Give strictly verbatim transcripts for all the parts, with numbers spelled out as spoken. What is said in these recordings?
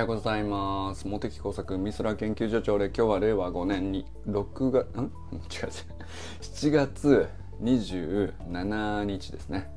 ようございます。茂木工作美空研究所長で、今日はれいわごねんにろくがつん違う違うしちがつにじゅうしちにちですね。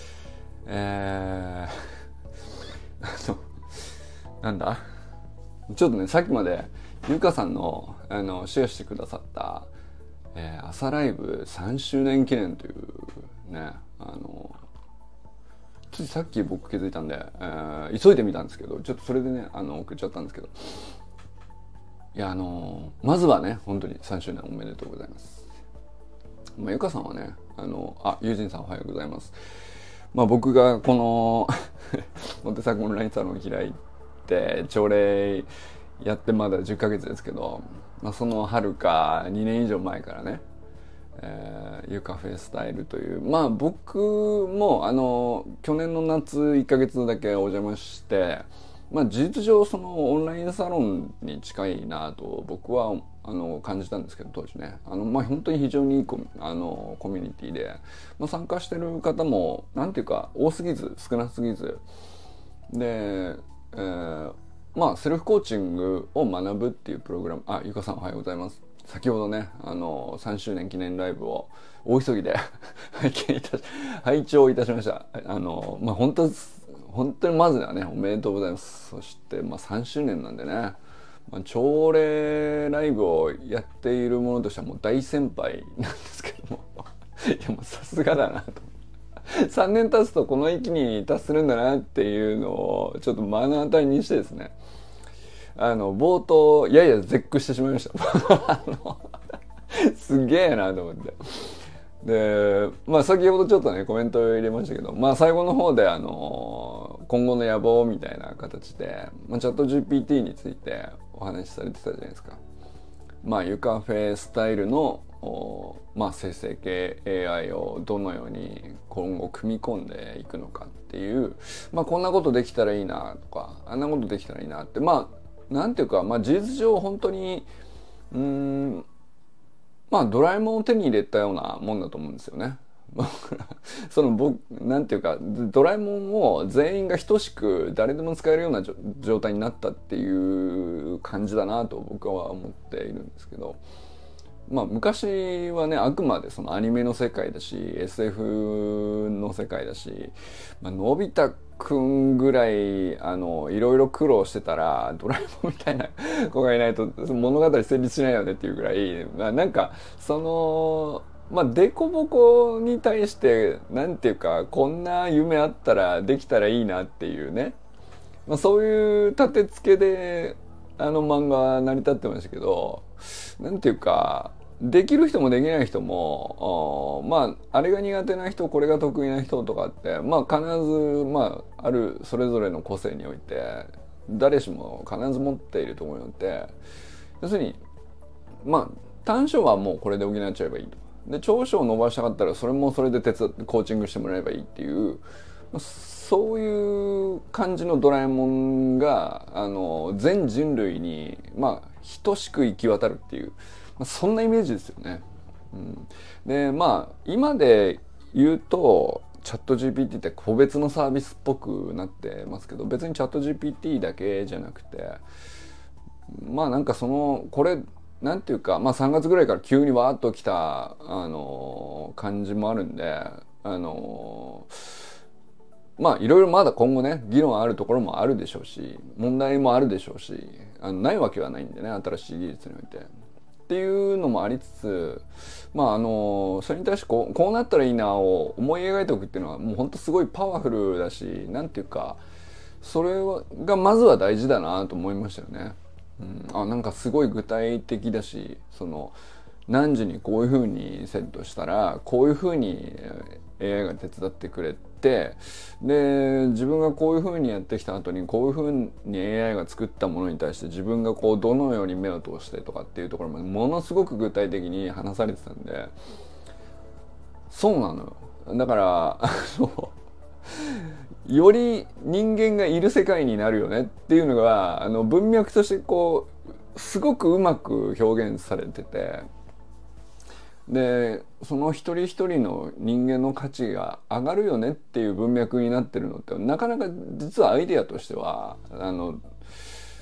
えー、あのなんだちょっとね、さっきまでゆかさんのあのシェアしてくださった、えー、朝ライブさんしゅうねん記念というね、あのついさっき僕気づいたんで、えー、急いでみたんですけど、ちょっとそれでねあの送っちゃったんですけど、いやあのまずはね本当にさんしゅうねんおめでとうございます。まあ、ゆかさんはね、あのあ友人さんおはようございます。まあ、僕がこのモテサコオンラインサロンを開いて朝礼やってまだじゅっかげつですけど、まあ、そのはるかにねん以上前からね、えー、ユカフェスタイルという、まあ僕もあの去年の夏いっかげつだけお邪魔して、まあ事実上そのオンラインサロンに近いなと僕はあの感じたんですけど、当時ね、あのまあ本当に非常にいいコミあのコミュニティで、まあ、参加してる方もなんていうか多すぎず少なすぎずで、えー、まあセルフコーチングを学ぶっていうプログラム。あ、ゆかさんおはようございます。先ほどね、あのさんしゅうねん記念ライブを大急ぎで拝見いたし拝聴いたしました。あのまあ本当本当にまずはねおめでとうございます。そしてまあさんしゅうねんなんでね、まあ、朝礼ライブをやっているものとしてはもう大先輩なんですけどもいやもうさすがだなと。さんねん経つとこの域に達するんだなっていうのをちょっと目の当たりにしてですね、あの冒頭やや絶句してしまいましたあのすげえなと思って。でまあ先ほどちょっとねコメントを入れましたけど、まあ最後の方であの今後の野望みたいな形で、まあ、チャット ジーピーティー についてお話しされてたじゃないですか。まあユカフェスタイルのまあ、生成系 エーアイ をどのように今後組み込んでいくのかっていう、まあ、こんなことできたらいいなとかあんなことできたらいいなって、まあなんていうか、まあ、事実上本当にうーんまあドラえもんを手に入れたようなもんだと思うんですよね。その僕なんていうかドラえもんを全員が等しく誰でも使えるような状態になったっていう感じだなと僕は思っているんですけど。まあ昔はねあくまでそのアニメの世界だし エスエフ の世界だし、まあのび太くんぐらいあのいろいろ苦労してたらドラえもんみたいな子がいないと物語成立しないよねっていうぐらい、まあ、なんかそのまあデコボコに対してなんていうかこんな夢あったらできたらいいなっていうね、まあ、そういう立て付けであの漫画は成り立ってましたけど、なんていうかできる人もできない人もまああれが苦手な人これが得意な人とかってまあ必ずまああるそれぞれの個性において誰しも必ず持っていると思うので、要するにまあ短所はもうこれで補っちゃえばいいと。で長所を伸ばしたかったらそれもそれで手伝ってコーチングしてもらえばいいっていうそういう感じのドラえもんがあの全人類にまあ等しく行き渡るっていう、まあ、そんなイメージですよね。うん、でまあ今で言うとチャット ジーピーティー って個別のサービスっぽくなってますけど、別にチャット ジーピーティー だけじゃなくてまあなんかそのこれなんていうか、まあ、さんがつぐらいから急にわーっと来たあの感じもあるんであのまあいろいろまだ今後ね議論あるところもあるでしょうし問題もあるでしょうし、あのないわけはないんでね新しい技術においてっていうのもありつつ、まああのそれに対してこう、こうなったらいいなを思い描いておくっていうのはもう本当すごいパワフルだし、なんていうかそれがまずは大事だなと思いましたよね。うん、あなんかすごい具体的だし、その何時にこういう風にセットしたらこういう風に エーアイ が手伝ってくれて、で自分がこういう風にやってきた後にこういう風に エーアイ が作ったものに対して自分がこうどのように目を通してとかっていうところまでものすごく具体的に話されてたんで、そうなのよ。だからあのより人間がいる世界になるよねっていうのがあの文脈としてこうすごくうまく表現されてて、でその一人一人の人間の価値が上がるよねっていう文脈になってるのってなかなか実はアイデアとしてはあの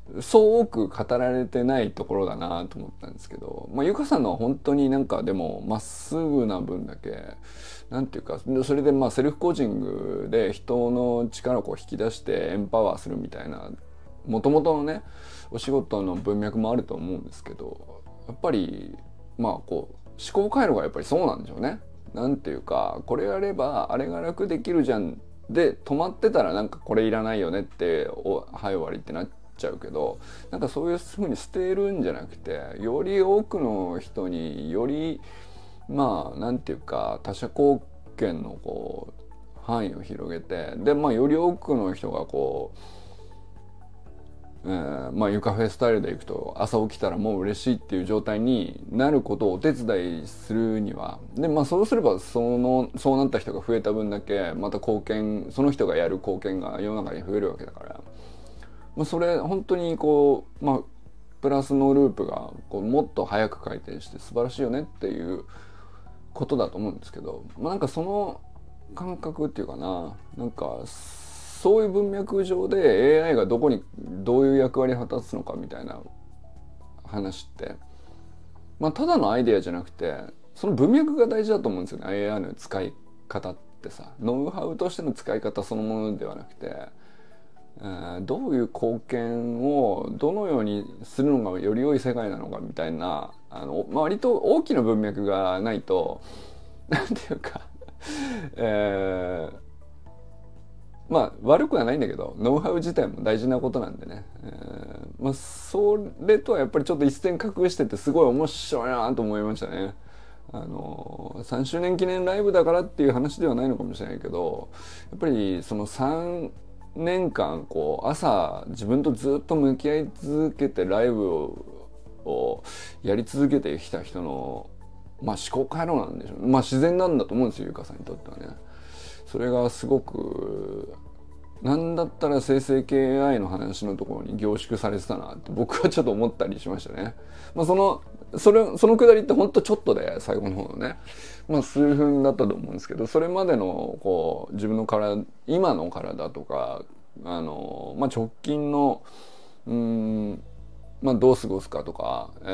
そう多く語られてないところだなと思ったんですけど、まあ、ゆかさんのは本当になんかでもまっすぐな分だけなんていうか、それでまあセルフコーチングで人の力をこう引き出してエンパワーするみたいなもともとのねお仕事の文脈もあると思うんですけど、やっぱりまあこう思考回路がやっぱりそうなんでしょうね。なんていうか、これやればあれが楽できるじゃんで止まってたらなんかこれいらないよねっておはい終わりってなっちゃうけど、なんかそういうふうに捨てるんじゃなくて、より多くの人によりまあなんていうか他者貢献のこう範囲を広げて、でまあより多くの人がこうえー、まあゆかフェスタイルで行くと朝起きたらもう嬉しいっていう状態になることをお手伝いするには、でまあそうすればそのそうなった人が増えた分だけまた貢献、その人がやる貢献が世の中に増えるわけだから、まあ、それ本当にこうまあプラスのループがこうもっと早く回転して素晴らしいよねっていうことだと思うんですけど、まあ、なんかその感覚っていうかな、なんかそういう文脈上で エーアイ がどこにどういう役割を果たすのかみたいな話って、まあ、ただのアイデアじゃなくてその文脈が大事だと思うんですよね。 エーアイ の使い方ってさ、ノウハウとしての使い方そのものではなくて、えー、どういう貢献をどのようにするのがより良い世界なのかみたいな、あの、まあ、割と大きな文脈がないとなんていうかえーまあ悪くはないんだけど、ノウハウ自体も大事なことなんでね、えーまあ、それとはやっぱりちょっと一線画しててすごい面白いなと思いましたね。あのさんしゅうねん記念ライブだからっていう話ではないのかもしれないけど、やっぱりそのさんねんかんこう朝自分とずっと向き合い続けてライブををやり続けてきた人の、まあ、思考回路なんでしょうね。まあ自然なんだと思うんですよ、ゆかさんにとってはね。それがすごくなんだったら生成系 エーアイ の話のところに凝縮されてたなって僕はちょっと思ったりしましたね。まあ、そのそれそのくだりってほんとちょっとで最後の方のね、まあ、数分だったと思うんですけど、それまでのこう自分の体今の体とかあの、まあ、直近のうーん、まあ、どう過ごすかとか、え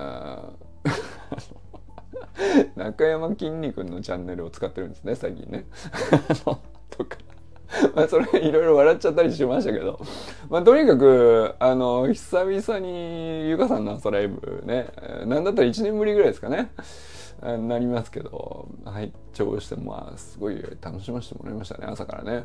ー中山きんに君のチャンネルを使ってるんですね最近ねとかまあそれいろいろ笑っちゃったりしましたけど、まあ、とにかくあの久々にゆかさんの朝ライブね、なんだったらいちねんぶりぐらいですかねなりますけど、拝聴してまあすごい楽しませてもらいましたね、朝からね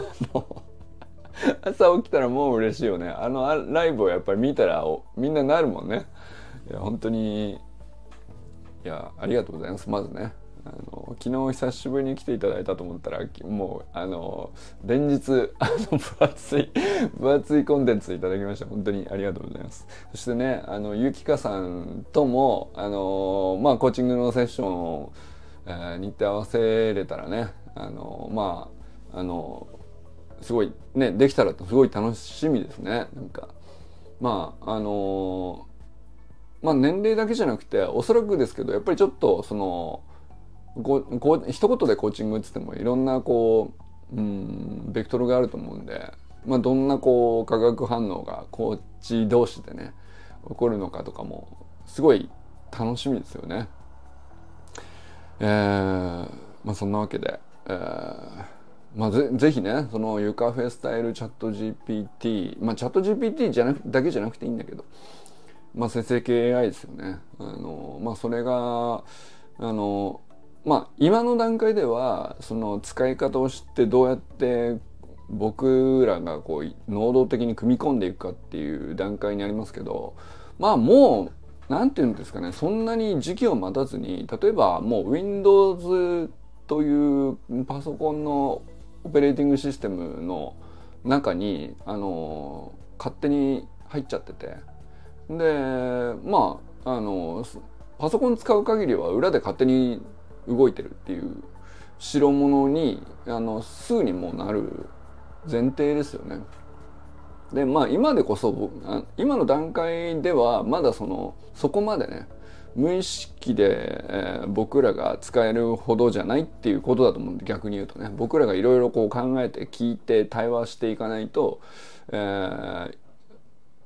朝起きたらもう嬉しいよね。あのライブをやっぱり見たらみんななるもんね。いや本当にいやありがとうございます。まずね、あの昨日久しぶりに来ていただいたと思ったらもうあの連日あの分厚い分厚いコンテンツいただきました。本当にありがとうございます。そしてね、あのゆきかさんともあのまあコーチングのセッションを、えー、日程合わせれたらね、あのまああのすごいねできたらすごい楽しみですね。なんかまああのまあ年齢だけじゃなくておそらくですけどやっぱりちょっとそのこうこう一言でコーチングって言ってもいろんなこううんベクトルがあると思うんで、まあ、どんなこう化学反応がコーチ同士でね起こるのかとかもすごい楽しみですよね。えー、まあそんなわけで、えーまあ、ぜ, ぜひねそのゆかフェスタイルチャット ジーピーティー、まあチャット ジーピーティー じゃなくだけじゃなくていいんだけど、まあ生成系 エーアイ ですよね。あのまあそれがあのまあ今の段階ではその使い方を知ってどうやって僕らがこう能動的に組み込んでいくかっていう段階にありますけど、まあもうなんていうんですかね、そんなに時期を待たずに例えばもう Windows というパソコンのオペレーティングシステムの中にあの勝手に入っちゃってて、でまああのパソコン使う限りは裏で勝手に動いてるっていう代物にあのすぐにもうなる前提ですよね。でまあ今でこそ今の段階ではまだそのそこまでね無意識で、えー、僕らが使えるほどじゃないっていうことだと思うんで、逆に言うとね僕らがいろいろこう考えて聞いて対話していかないと、えー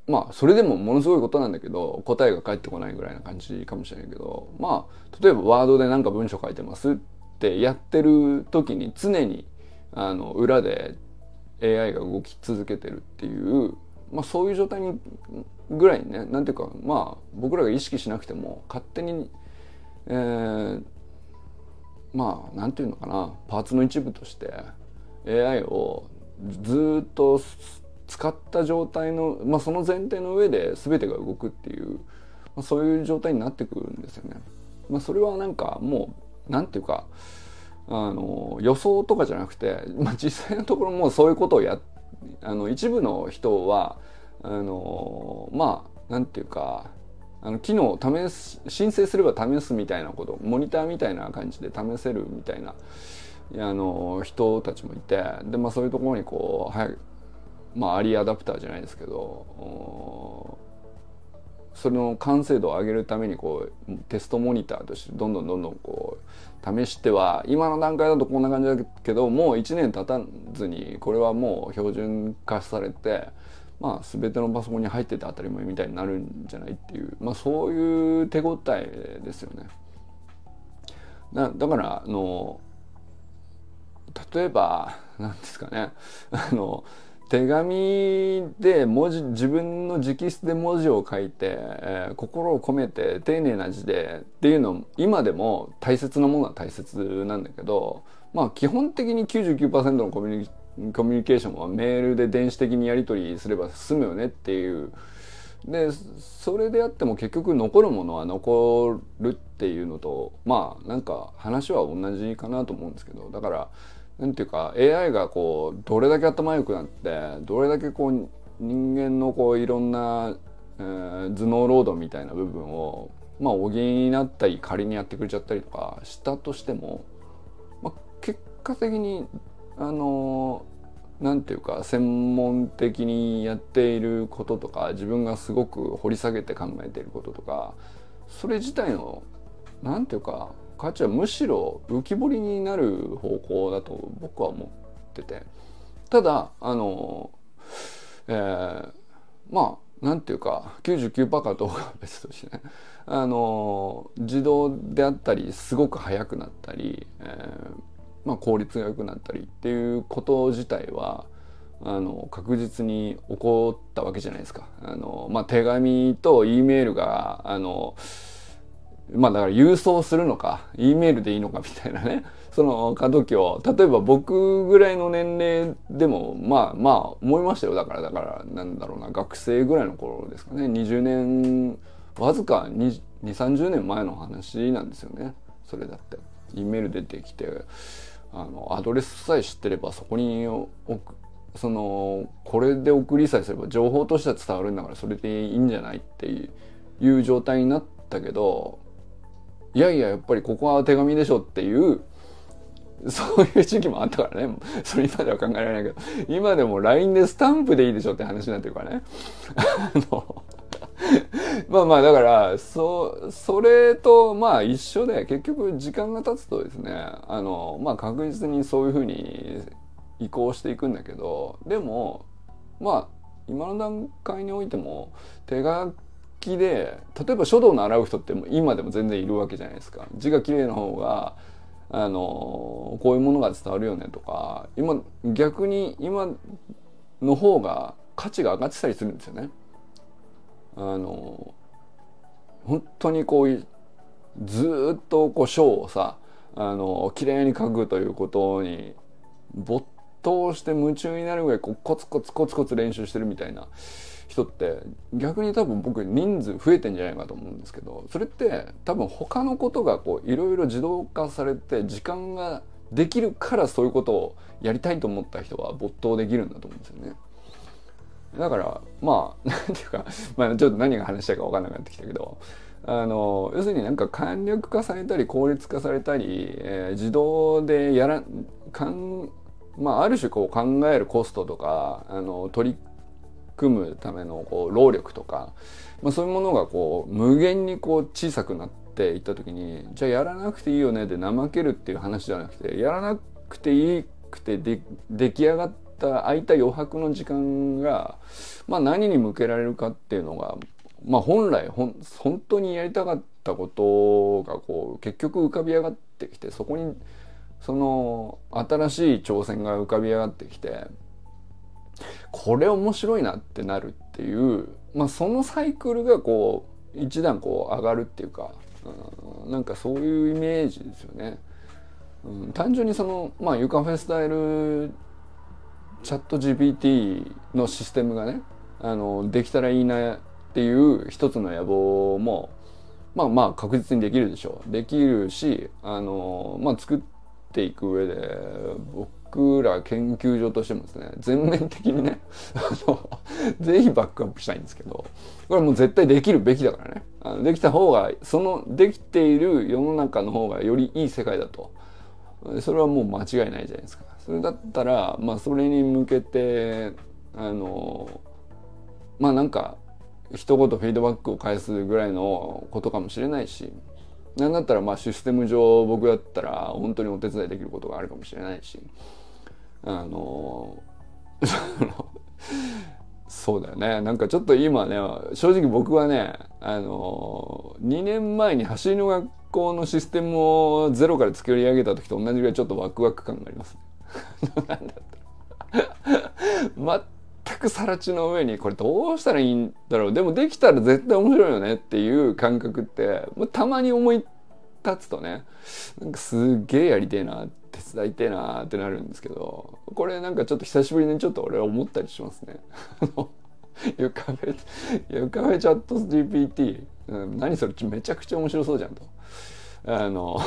まあそれでもものすごいことなんだけど答えが返ってこないぐらいな感じかもしれないけど、まあ例えばワードでなんか文章書いてますってやってる時に常にあの裏で エーアイ が動き続けてるっていう、まあ、そういう状態にぐらいにね、なんていうか、まあ僕らが意識しなくても勝手に、えー、まあなんていうのかな、パーツの一部として エーアイ をずっと使った状態の、まあ、その前提の上で全てが動くっていう、まあ、そういう状態になってくるんですよね。まあ、それはなんかもうなんていうか、あの予想とかじゃなくて、まあ、実際のところもうそういうことをやあの一部の人はあのまあなんていうか、あの機能を試す申請すれば試すみたいなこと、モニターみたいな感じで試せるみたいなあの人たちもいて、で、まあ、そういうところにこう早く、まあ、アリーアダプターじゃないですけど、それの完成度を上げるためにこうテストモニターとしてどんどんどんどんこう試しては、今の段階だとこんな感じだけどもういちねん経たずにこれはもう標準化されて、まあ、全てのパソコンに入ってて当たり前みたいになるんじゃないっていう、まあ、そういう手応えですよね。だ, だからあの例えばなんですかね、あの手紙で文字、自分の直筆で文字を書いて、えー、心を込めて丁寧な字でっていうの今でも大切なものは大切なんだけど、まあ基本的に きゅうじゅうきゅうパーセント のコミュニ、コミュニケーションはメールで電子的にやり取りすれば済むよねっていう。でそれであっても結局残るものは残るっていうのと、まあなんか話は同じかなと思うんですけど、だからなんていうか エーアイ がこうどれだけ頭良くなってどれだけこう人間のこういろんな、えー、頭脳労働みたいな部分をまあ補いなったり仮にやってくれちゃったりとかしたとしても、まあ、結果的にあのなんていうか専門的にやっていることとか自分がすごく掘り下げて考えていることとか、それ自体のなんていうか価値はむしろ浮き彫りになる方向だと僕は思ってて、ただあの、えー、まあなんていうか きゅうじゅうきゅうパーセント かどうかは別としてね、あの自動であったりすごく速くなったり、えーまあ、効率が良くなったりっていうこと自体はあの確実に起こったわけじゃないですか。あの、まあ、手紙と E メールがあのまあだから郵送するのか E メールでいいのかみたいなね、その過渡期を例えば僕ぐらいの年齢でもまあまあ思いましたよ。だからだからなんだろうな、学生ぐらいの頃ですかね、にじゅうねんわずかにじゅう、さんじゅうねんまえの話なんですよね。それだって E メール出てきて、あのアドレスさえ知ってればそこに置く、そのこれで送りさえすれば情報としては伝わるんだからそれでいいんじゃないっていう状態になったけど、いやいややっぱりここは手紙でしょっていうそういう時期もあったからね。それ今では考えられないけど、今でも ライン でスタンプでいいでしょって話になってるからね。あのまあまあだからそそれとまあ一緒で、結局時間が経つとですね、あのまあ確実にそういうふうに移行していくんだけど、でもまあ今の段階においても手書きで例えば書道の習う人って今でも全然いるわけじゃないですか。字が綺麗な方があのこういうものが伝わるよねとか、今逆に今の方が価値が上がってたりするんですよね。あの本当にこうずっとこう書をさあの綺麗に書くということに没頭して夢中になるぐらいこうコツコツコツコツ練習してるみたいな人って逆に多分僕人数増えてんじゃないかと思うんですけど、それって多分他のことがこういろいろ自動化されて時間ができるからそういうことをやりたいと思った人は没頭できるんだと思うんですよね。だからまあなんていうか、まあ、ちょっと何が話したいか分かんなくなってきたけど、あの要するになんか簡略化されたり効率化されたり、えー、自動でやらかん、まあ、ある種こう考えるコストとかあの取り組むためのこう労力とか、まあ、そういうものがこう無限にこう小さくなっていった時に、じゃあやらなくていいよねで怠けるっていう話じゃなくて、やらなくていいくてで出来上がっった空いた余白の時間が、まあ、何に向けられるかっていうのが、まあ、本来ほん本当にやりたかったことがこう結局浮かび上がってきて、そこにその新しい挑戦が浮かび上がってきて、これ面白いなってなるっていう、まあ、そのサイクルがこう一段こう上がるっていうか、うん、なんかそういうイメージですよね。うん、単純にその、まあ、ユカフェスタイルチャット ジーピーティー のシステムがね、あのできたらいいなっていう一つの野望もまあまあ確実にできるでしょう。できるし、あのまあ作っていく上で僕ら研究所としてもですね、全面的にねあのぜひバックアップしたいんですけど、これもう絶対できるべきだからね。あのできた方が、そのできている世の中の方がよりいい世界だと、それはもう間違いないじゃないですか。それだったらまあそれに向けてあのまあなんか一言フィードバックを返すぐらいのことかもしれないし、なんだったらまあシステム上僕だったら本当にお手伝いできることがあるかもしれないし、あのそうだよね。なんかちょっと今ね、正直僕はね、あのにねんまえに走りの学校のシステムをゼロから作り上げた時と同じぐらいちょっとワクワク感がありますね。なんだったら全く更地の上にこれどうしたらいいんだろう、でもできたら絶対面白いよねっていう感覚ってたまに思い立つとね、なんかすっげえやりてえな、手伝いてえなってなるんですけど、これなんかちょっと久しぶりにちょっと俺は思ったりしますね。ユカフェユカフェチャット ジーピーティー、うん、何それめちゃくちゃ面白そうじゃんと、あの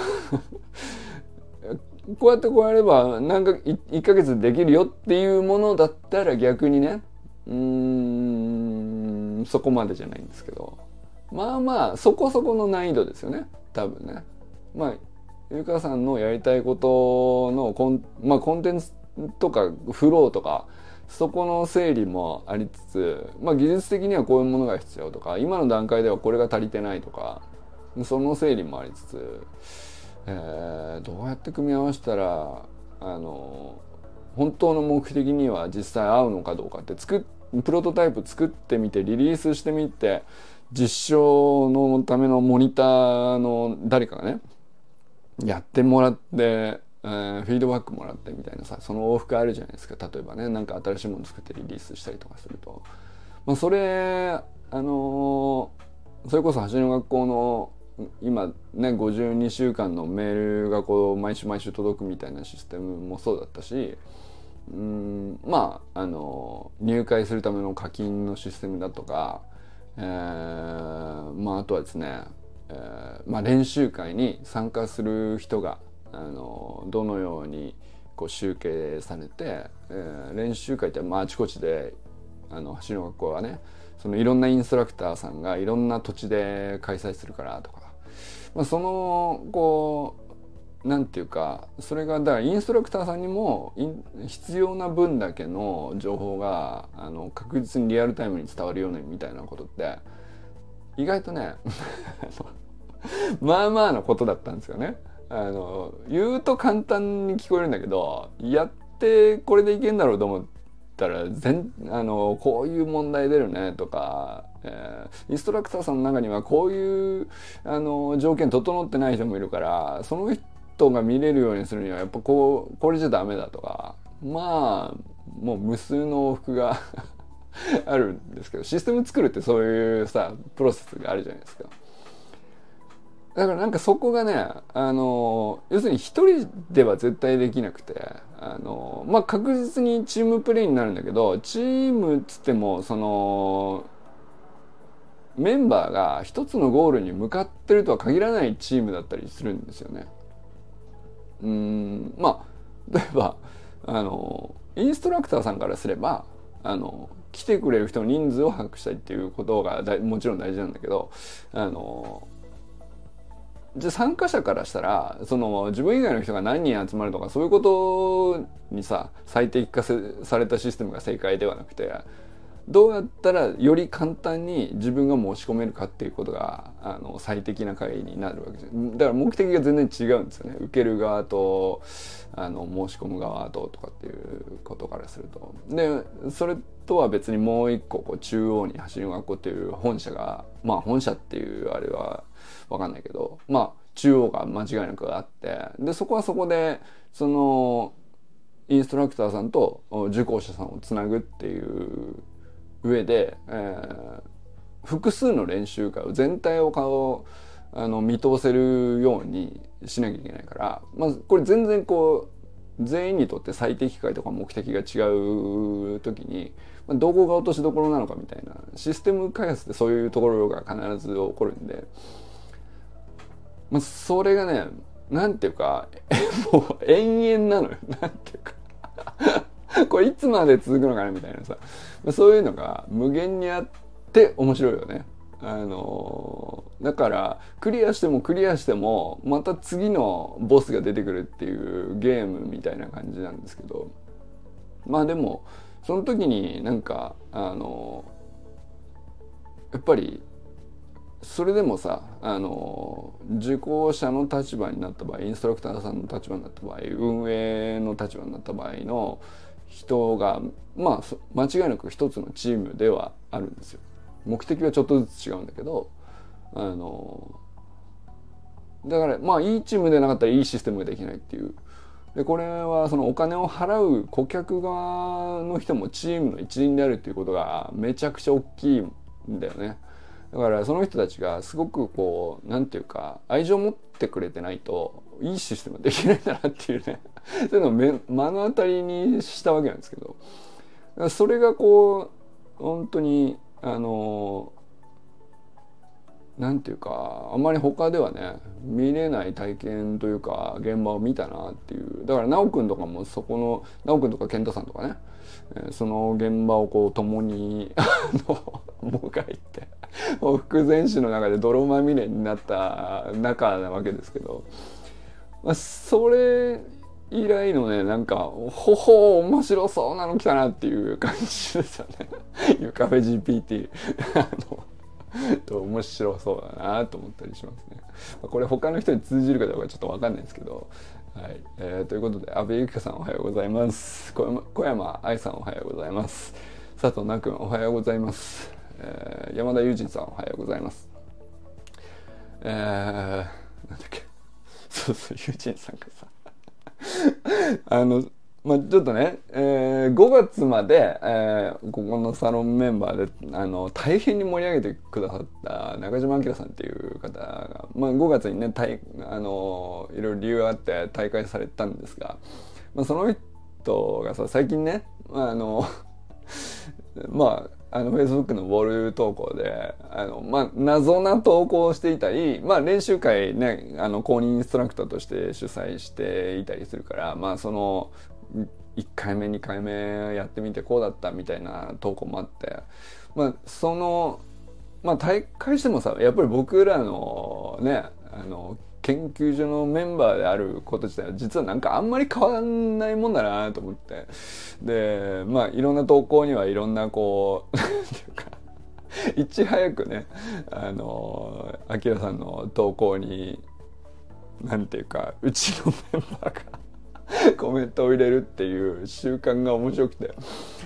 こうやってこうやればなんかいっかげつでできるよっていうものだったら逆にね、うーんそこまでじゃないんですけど、まあまあそこそこの難易度ですよね多分ね。まあゆかさんのやりたいことのコン、まあ、コンテンツとかフローとかそこの整理もありつつ、まあ、技術的にはこういうものが必要とか、今の段階ではこれが足りてないとか、その整理もありつつ、えー、どうやって組み合わせたらあの本当の目的には実際合うのかどうかって作っプロトタイプ作ってみてリリースしてみて、実証のためのモニターの誰かがねやってもらって、えー、フィードバックもらってみたいなさ、その往復あるじゃないですか。例えばね、なんか新しいもの作ってリリースしたりとかすると、まあ、それあのー、それこそ走りの学校の今ねごじゅうにしゅうかんのメールがこう毎週毎週届くみたいなシステムもそうだったし、うーんまああの入会するための課金のシステムだとか、えー、まああとはですね、えーまあ、練習会に参加する人があのどのようにこう集計されて、えー、練習会ってまああちこちであの走りの学校はね、そのいろんなインストラクターさんがいろんな土地で開催するからとか、まあ、そのこうなんていうか、それがだからインストラクターさんにも必要な分だけの情報があの確実にリアルタイムに伝わるようにみたいなことって意外とねまあまあのことだったんですよね。あの言うと簡単に聞こえるんだけど、やってこれでいけんだろうと思ったら全あのこういう問題出るねとか、えー、インストラクターさんの中にはこういうあの条件整ってない人もいるから、その人が見れるようにするにはやっぱこうこれじゃダメだとか、まあもう無数の往復があるんですけど、システム作るってそういうさプロセスがあるじゃないですか。だからなんかそこがね、あの要するに一人では絶対できなくて、あのまあ確実にチームプレーになるんだけど、チームっつってもそのメンバーが一つのゴールに向かってるとは限らないチームだったりするんですよね。うーんまあ例えばあのインストラクターさんからすればあの来てくれる人の人数を把握したいっていうことがだもちろん大事なんだけど、あのじゃあ参加者からしたらその自分以外の人が何人集まるとかそういうことにさ最適化されたシステムが正解ではなくて、 どうやったらより簡単に自分が申し込めるかっていうことがあの最適な会になるわけです。だから目的が全然違うんですよね。受ける側とあの申し込む側ととかっていうことからすると。でそれとは別にもう一個こう中央に走りの学校っていう本社が、まあ本社っていうあれは分かんないけど、まあ中央が間違いなくあって、でそこはそこでそのインストラクターさんと受講者さんをつなぐっていう上で、えー、複数の練習会を全体を顔あの見通せるようにしなきゃいけないから、まあ、これ全然こう全員にとって最適解とか目的が違う時に、まあ、どこが落としどころなのかみたいなシステム開発ってそういうところが必ず起こるんで、まあ、それがねなんていうかもう延々なのよ。なんていうかこれいつまで続くのかなみたいなさ、そういうのが無限にあって面白いよね。あのだからクリアしてもクリアしてもまた次のボスが出てくるっていうゲームみたいな感じなんですけど、まあでもその時になんかあのやっぱりそれでもさ、あの受講者の立場になった場合、インストラクターさんの立場になった場合、運営の立場になった場合の人がまあ間違いなく一つのチームではあるんですよ。目的はちょっとずつ違うんだけど、あのだからまあいいチームでなかったらいいシステムができないっていう。でこれはそのお金を払う顧客側の人もチームの一員であるっていうことがめちゃくちゃ大きいんだよね。だからその人たちがすごくこうなんていうか愛情を持ってくれてないといいシステムできないんだなっていうねそういうのを目目の当たりにしたわけなんですけど、それがこう本当にあのなんていうかあんまり他ではね見れない体験というか現場を見たなっていう。だから奈くんとかもそこの奈くんとか健太さんとかね、その現場をこう共にあのもがいて副前史の中で泥まみれになった中なわけですけど、まあ、それ以来のねなんかほほ面白そうなの来たなっていう感じですよねゆカフェ ジーピーティー あのと面白そうだなと思ったりしますね。これ他の人に通じるかどうかちょっと分かんないですけど、はい、えー、ということで阿部由紀香さんおはようございます。小山愛さんおはようございます。佐藤奈くんおはようございます。えー、山田友人さんおはようございます。えー、なんだっけそうそう友人さんがさあのまあちょっとね、えー、ごがつまで、えー、ここのサロンメンバーであの大変に盛り上げてくださった中島明さんっていう方が、まあ、ごがつにね大あのいろいろ理由があって大会されたんですが、まあ、その人がさ最近ねあのまああの Facebook のウォール投稿であの、まあ、謎な投稿をしていたり、まあ、練習会ねあの公認インストラクターとして主催していたりするから、まあ、そのいっかいめにかいめやってみてこうだったみたいな投稿もあって、まあ、その、まあ、大会してもさやっぱり僕らのねあの研究所のメンバーであること自体は実はなんかあんまり変わらないもんだなと思って、でまあいろんな投稿にはいろんなこうなんていうかいち早くねあのアキラさんの投稿になんていうかうちのメンバーがコメントを入れるっていう習慣が面白くて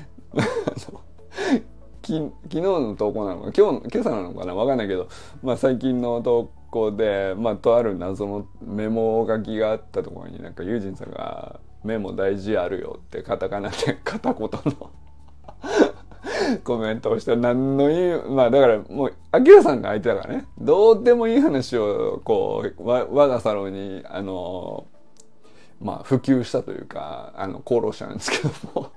き昨日の投稿なのか今日今朝なのかな分かんないけど、まあ、最近の投稿で、まあ、とある謎のメモ書きがあったところになんかユージンさんが「メモ大事あるよ」ってカタカナで片言のコメントをして何のいいまあだからもうアキラさんが相手だからねどうでもいい話をこうわ我がサロンにあのまあ普及したというかあの功労者なんですけども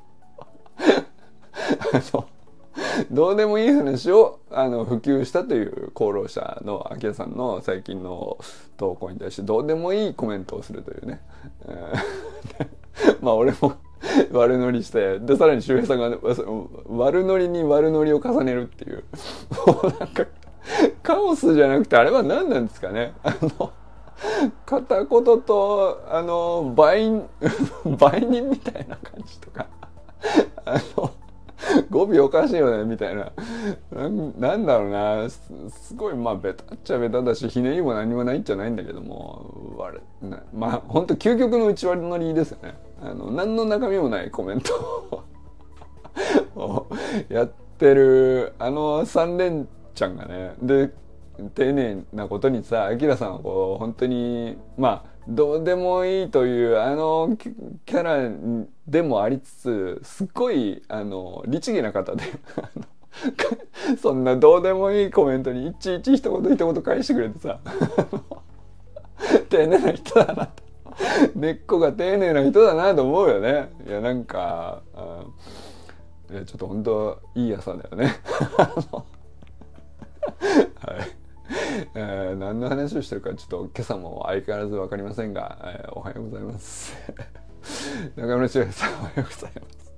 あのどうでもいい話をあの普及したという功労者のアキラさんの最近の投稿に対してどうでもいいコメントをするというね、えー、まあ俺も悪乗りしてでさらに周平さんが悪乗りに悪乗りを重ねるっていうもうなんかカオスじゃなくてあれは何なんですかねあの片言とあの売売人みたいな感じとかあの語尾おかしいよねみたいな、な, なんだろうな、す, すごいまあベタっちゃベタだし、ひねりも何もないっちゃないんだけども、あれなまあ本当究極の内割り乗りですよね。あの何の中身もないコメントをやってるあの三連ちゃんがね、で丁寧なことにさ、アキラさんはこう本当にまあどうでもいいというあのキャラでもありつつ、すっごいあの律儀な方でそんなどうでもいいコメントにいちいち一言一言返してくれてさ丁寧な人だなと、根っこが丁寧な人だなと思うよね。いやなんかあいやちょっと本当いい朝だよねはい、えー、何の話をしてるかちょっと今朝も相変わらず分かりませんが、えー、おはようございます中村千代さんおはようござい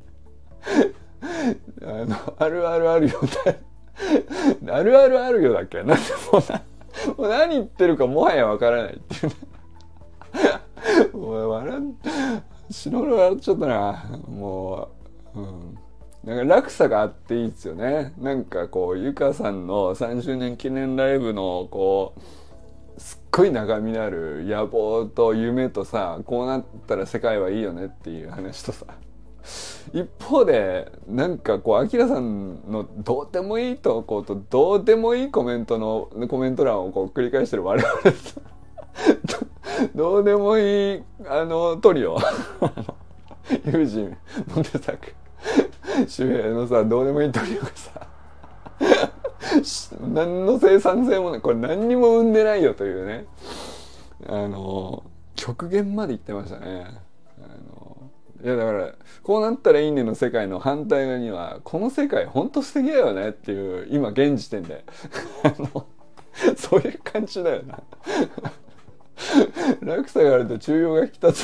ますあのあるあるあるよあるあるあるよだっけ、なんでもうなもう何言ってるかもはや分からないっていうもう笑っ死ぬほど笑っちゃったなもう、うん、なんか落差があっていいですよね。なんかこうゆかさんのさんしゅうねん記念ライブのこうすっごい中身のある野望と夢とさ、こうなったら世界はいいよねっていう話とさ、一方でなんかこうアキラさんのどうでもいい投稿とどうでもいいコメントのコメント欄をこう繰り返してる我々とどうでもいいあのトリオ友人モテ作周平のさどうでもいいトリオがさ何の生産性もない、これ何にも生んでないよというね、あの極限まで言ってましたね。あのいやだからこうなったらいいねの世界の反対側にはこの世界ほんと素敵だよねっていう今現時点であのそういう感じだよな落差があると中庸が引き立つ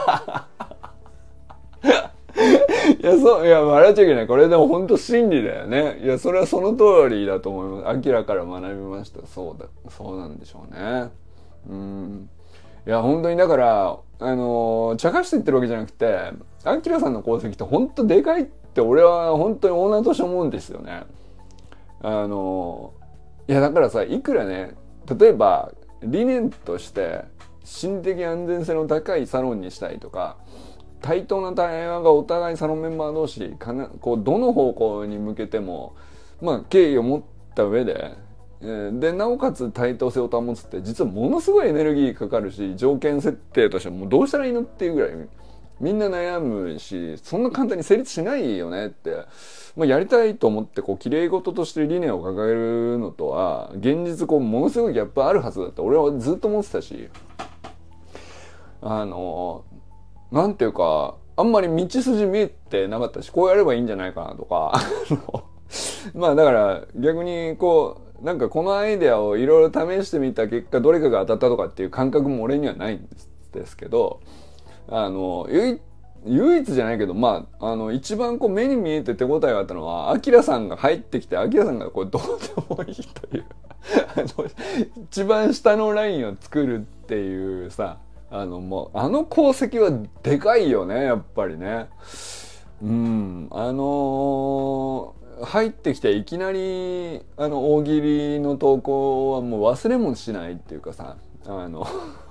いやそういや笑っちゃいけない、これでも本当真理だよね。いやそれはその通りだと思います。アキラから学びました。そうだそうなんでしょうね。うんいや本当にだからあの茶化して言ってるわけじゃなくて、アキラさんの功績って本当でかいって俺は本当にオーナーとして思うんですよね。あのいやだからさ、いくらね例えば理念として心理的安全性の高いサロンにしたいとか、対等な対話がお互いサロンメンバー同士かなこうどの方向に向けてもまあ敬意を持った上で、えー、でなおかつ対等性を保つって実はものすごいエネルギーかかるし、条件設定としてもうどうしたらいいのっていうぐらいみんな悩むし、そんな簡単に成立しないよねって、まあ、やりたいと思ってこう綺麗事として理念を掲げるのとは現実こうものすごいギャップあるはずだって俺はずっと思ってたし、あのなんていうかあんまり道筋見えてなかったし、こうやればいいんじゃないかなとかまあだから逆にこうなんかこのアイデアをいろいろ試してみた結果どれかが当たったとかっていう感覚も俺にはないんですですけど、あの唯唯一じゃないけどまああの一番こう目に見えて手応えがあったのはアキラさんが入ってきて、アキラさんがこうどうでもいいというあの一番下のラインを作るっていうさ、あのもうあの功績はでかいよねやっぱりね。うんあのー、入ってきていきなりあの大喜利の投稿はもう忘れもしないっていうかさ、あの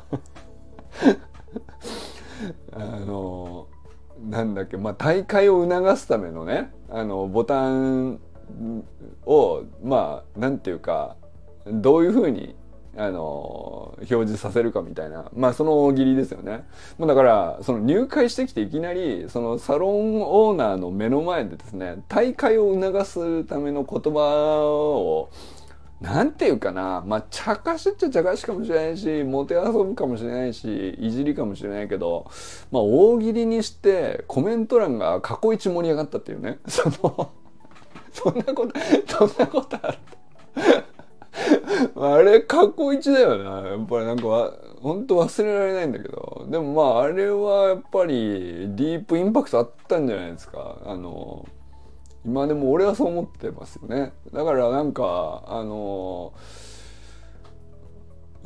あのなんだっけ、まあ大会を促すためのねあのボタンをまあなんていうかどういう風にあの表示させるかみたいな、まあその大喜利ですよね。もうだからその入会してきていきなりそのサロンオーナーの目の前でですね、大会を促すための言葉をなんていうかな、まあ茶化しっちゃ茶化しかもしれないし、もてあそぶかもしれないし、いじりかもしれないけど、まあ大喜利にしてコメント欄が過去一盛り上がったっていうね。そのそんなことそんなことある。あれ過去一だよな。やっぱりなんか本当忘れられないんだけど、でもまああれはやっぱりディープインパクトあったんじゃないですか。あの今でも俺はそう思ってますよね。だからなんかあのうん、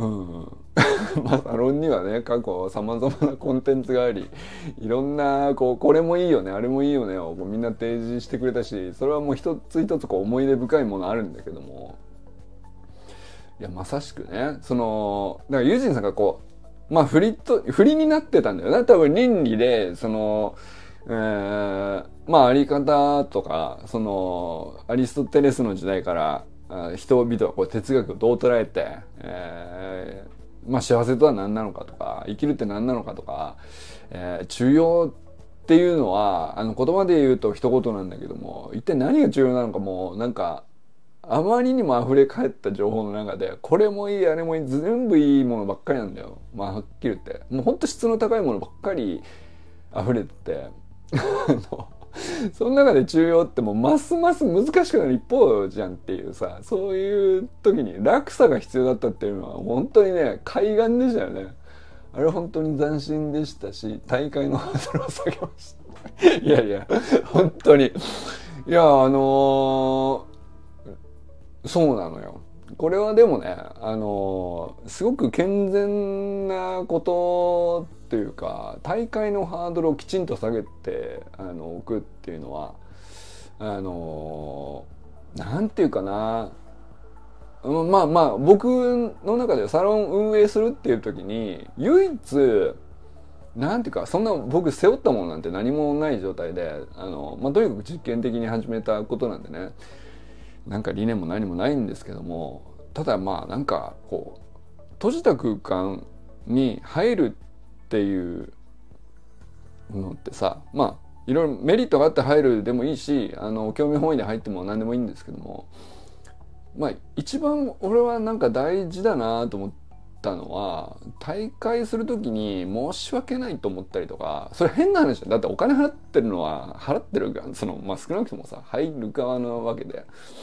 まあサロンにはね過去さまざまなコンテンツがあり、いろんなこうこれもいいよねあれもいいよねをこうみんな提示してくれたし、それはもう一つ一つこう思い出深いものあるんだけども、いやまさしくね、そのだからユージンさんがこうまあ振りと振りになってたんだよね、多分倫理でその、えー、まああり方とか、そのアリストテレスの時代から人々はこう哲学をどう捉えて、えー、まあ幸せとは何なのかとか、生きるって何なのかとか、えー、中庸っていうのはあの言葉で言うと一言なんだけども、一体何が重要なのかもうなんかあまりにも溢れ返った情報の中で、これもいいあれもいい全部いいものばっかりなんだよ。まあはっきり言ってもうほんと質の高いものばっかり溢れててその中で中庸ってもうますます難しくなる一方じゃんっていうさ、そういう時に落差が必要だったっていうのは本当にね海岸でしたよね。あれ本当に斬新でしたし、大会のハードルを下げましたいやいや本当に、いやあのー、そうなのよ。これはでもね、あのー、すごく健全なことっていうか、大会のハードルをきちんと下げてあの置くっていうのは、あのー、なんていうかな、まあまあ僕の中でサロン運営するっていう時に唯一なんていうか、そんな僕背負ったものなんて何もない状態で、あの、まあ、とにかく実験的に始めたことなんでね、なんか理念も何もないんですけども、ただまあなんかこう閉じた空間に入るっていうのってさ、まあいろいろメリットがあって入るでもいいし、あの興味本位で入っても何でもいいんですけども、まあ一番俺はなんか大事だなと思ったのは、大会する時に申し訳ないと思ったりとか、それ変な話だ。だってお金払ってるのは払ってる側、そのまあ少なくともさ入る側なわけで。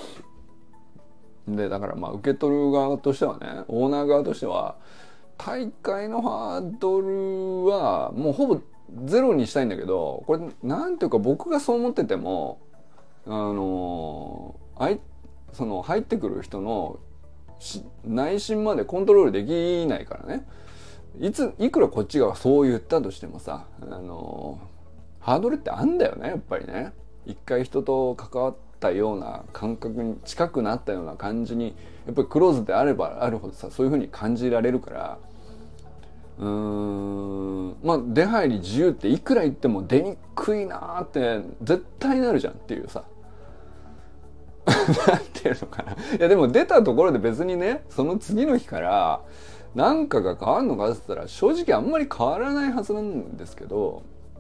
でだからまあ受け取る側としてはね、オーナー側としては大会のハードルはもうほぼゼロにしたいんだけど、これなんていうか僕がそう思ってても、あのあいその入ってくる人の内心までコントロールできないからね。いついくらこっちがそう言ったとしてもさ、あのハードルってあんだよねやっぱりね。一回人と関わったような感覚に近くなったような感じにやっぱりクローズであればあるほどさ、そういう風に感じられるから、うーんまあ出入り自由っていくら言っても出にくいなーって絶対なるじゃんっていうさなんていうのかな。いやでも出たところで別にね、その次の日から何かが変わるのかって言ったら正直あんまり変わらないはずなんですけど、うん、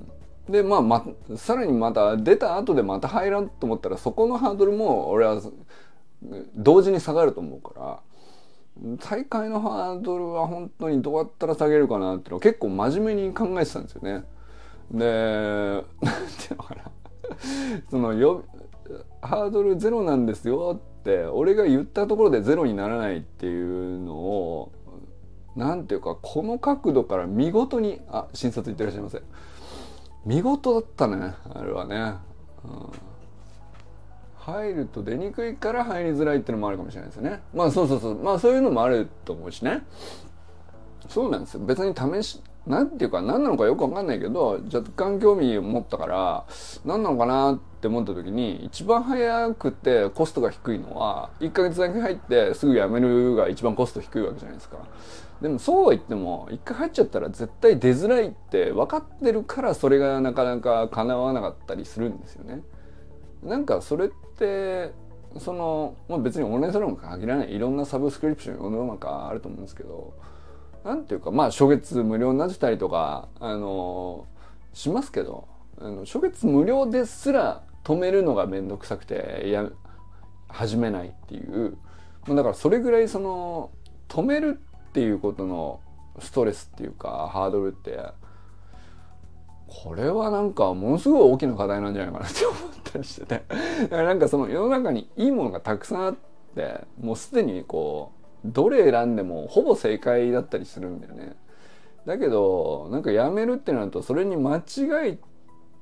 でまあ、ま、さらにまた出た後でまた入らんと思ったらそこのハードルも俺は同時に下がると思うから、大会のハードルは本当にどうやったら下げるかなっていうのを結構真面目に考えてたんですよね。でなんていうのかなそのよハードルゼロなんですよって俺が言ったところでゼロにならないっていうのを、なんていうかこの角度から見事に、あ、診察行ってらっしゃいませ。見事だったねあれはね、うん、入ると出にくいから入りづらいっていうのもあるかもしれないですね。まあそうそうそう、まあそういうのもあると思うしね。そうなんですよ。別に試しなんていうか何なのかよくわかんないけど若干興味を持ったから何なのかなって思った時に、一番早くてコストが低いのはいっかげつだけ入ってすぐ辞めるが一番コスト低いわけじゃないですか。でもそうは言ってもいっかい入っちゃったら絶対出づらいって分かってるから、それがなかなか叶わなかったりするんですよね。なんかそれってその、まあ、別にオンラインサロンに限らないいろんなサブスクリプション世の中あると思うんですけど、なんていうかまあ初月無料になってたりとかあのしますけど、あの初月無料ですら止めるのがめんどくさくていや始めないっていう、だからそれぐらいその止めるっていうことのストレスっていうかハードルってこれはなんかものすごい大きな課題なんじゃないかなって思ったりしててだからなんかその世の中にいいものがたくさんあってもうすでにこうどれ選んでもほぼ正解だったりするんだよね。だけどなんかやめるってなるとそれに間違い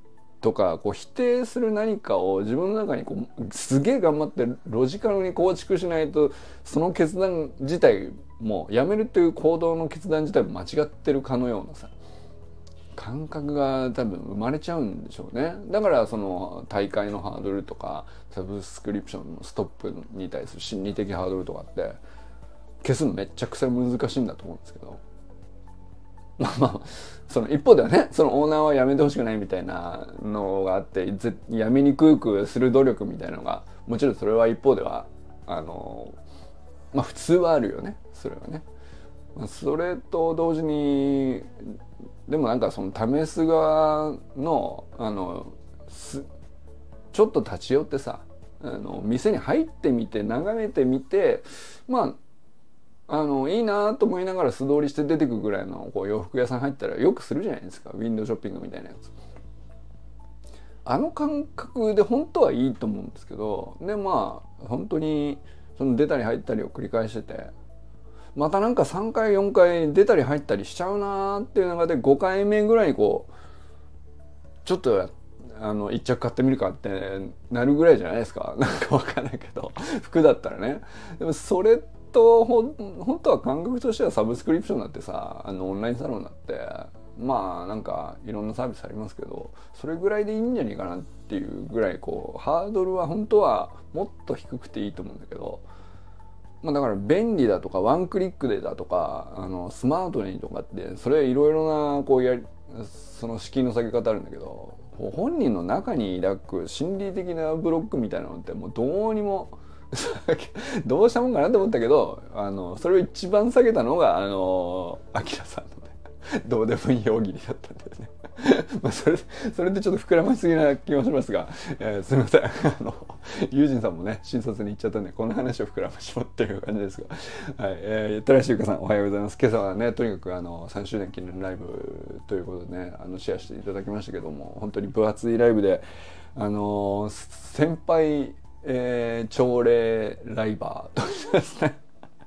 とかこう否定する何かを自分の中にこうすげえ頑張ってロジカルに構築しないと、その決断自体もやめるという行動の決断自体も間違ってるかのようなさ感覚が多分生まれちゃうんでしょうね。だからその大会のハードルとかサブスクリプションのストップに対する心理的ハードルとかって消すのめっちゃくちゃ難しいんだと思うんですけど、まあまあその一方ではね、そのオーナーは辞めてほしくないみたいなのがあって、辞めにくくする努力みたいなのがもちろんそれは一方ではあのまあ普通はあるよね、それはね。それと同時にでもなんかその試す側のあのちょっと立ち寄ってさ、あの店に入ってみて眺めてみて、まああのいいなと思いながら素通りして出てくぐらいのこう洋服屋さん入ったらよくするじゃないですか、ウィンドウショッピングみたいなやつ。あの感覚で本当はいいと思うんですけど、でまあ本当にその出たり入ったりを繰り返してて、またなんかさんかいよんかい出たり入ったりしちゃうなーっていう中でごかいめぐらいにこうちょっとあの一着買ってみるかってなるぐらいじゃないですか。なんかわかんないけど服だったらね。でもそれとほ本当は感覚としてはサブスクリプションだってさ、あのオンラインサロンだってまあなんかいろんなサービスありますけど、それぐらいでいいんじゃないかなっていうぐらいこうハードルは本当はもっと低くていいと思うんだけど、まあ、だから便利だとかワンクリックでだとかあのスマートにとかってそれいろいろなこうやりその敷居の下げ方あるんだけど、本人の中に抱く心理的なブロックみたいなのってもうどうにもどうしたもんかなって思ったけど、あのそれを一番下げたのがあのアキラさんのねどうでもいい大喜利だったんですねまあそれそれでちょっと膨らましすぎな気もしますが、えー、すみませんあのユージンさんもね新卒に行っちゃったんでこの話を膨らましろっていう感じですが、はい、えー、寺石ゆかさんおはようございます。今朝はねとにかくあのさんしゅうねん記念ライブということでねあのシェアしていただきましたけども、本当に分厚いライブであの先輩、えー、朝礼ライバーとしてですね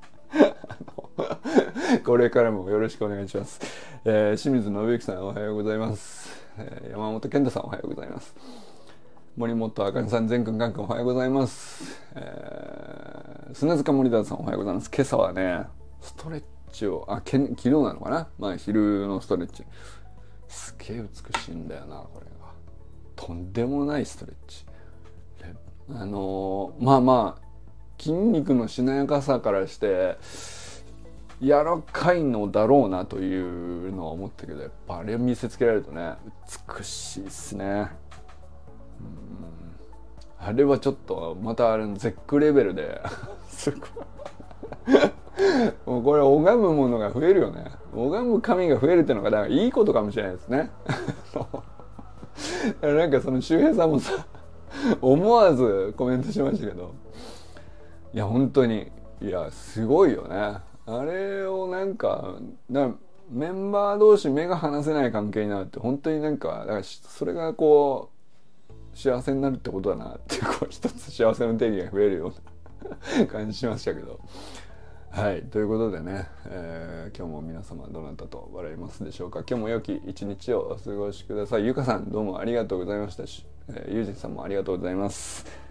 これからもよろしくお願いします。えー、清水信之さんおはようございます。えー、山本健太さんおはようございます。森本あかねさん全くんかんくんおはようございます。えー、砂塚森田さんおはようございます。今朝はねストレッチをあけ昨日なのかな、まあ昼のストレッチすげえ美しいんだよな、これがとんでもないストレッチ。あのー、まあまあ筋肉のしなやかさからして柔らかいのだろうなというのは思ったけど、やっぱあれを見せつけられるとね美しいっすね。うん、あれはちょっとまたあれの絶句レベルですごいもうこれ拝むものが増えるよね。拝む神が増えるっていうのがだからいいことかもしれないですねなんかその周平さんもさ思わずコメントしましたけど、いや本当にいやすごいよね。あれをなんかなメンバー同士目が離せない関係になるって本当になんかだからそれがこう幸せになるってことだなっていうこう一つ幸せの定義が増えるような感じしましたけど、はいということでね、えー、今日も皆様どなたと笑いますでしょうか。今日も良き一日をお過ごしください。ゆかさんどうもありがとうございましたし、えー、ゆうじんさんもありがとうございます。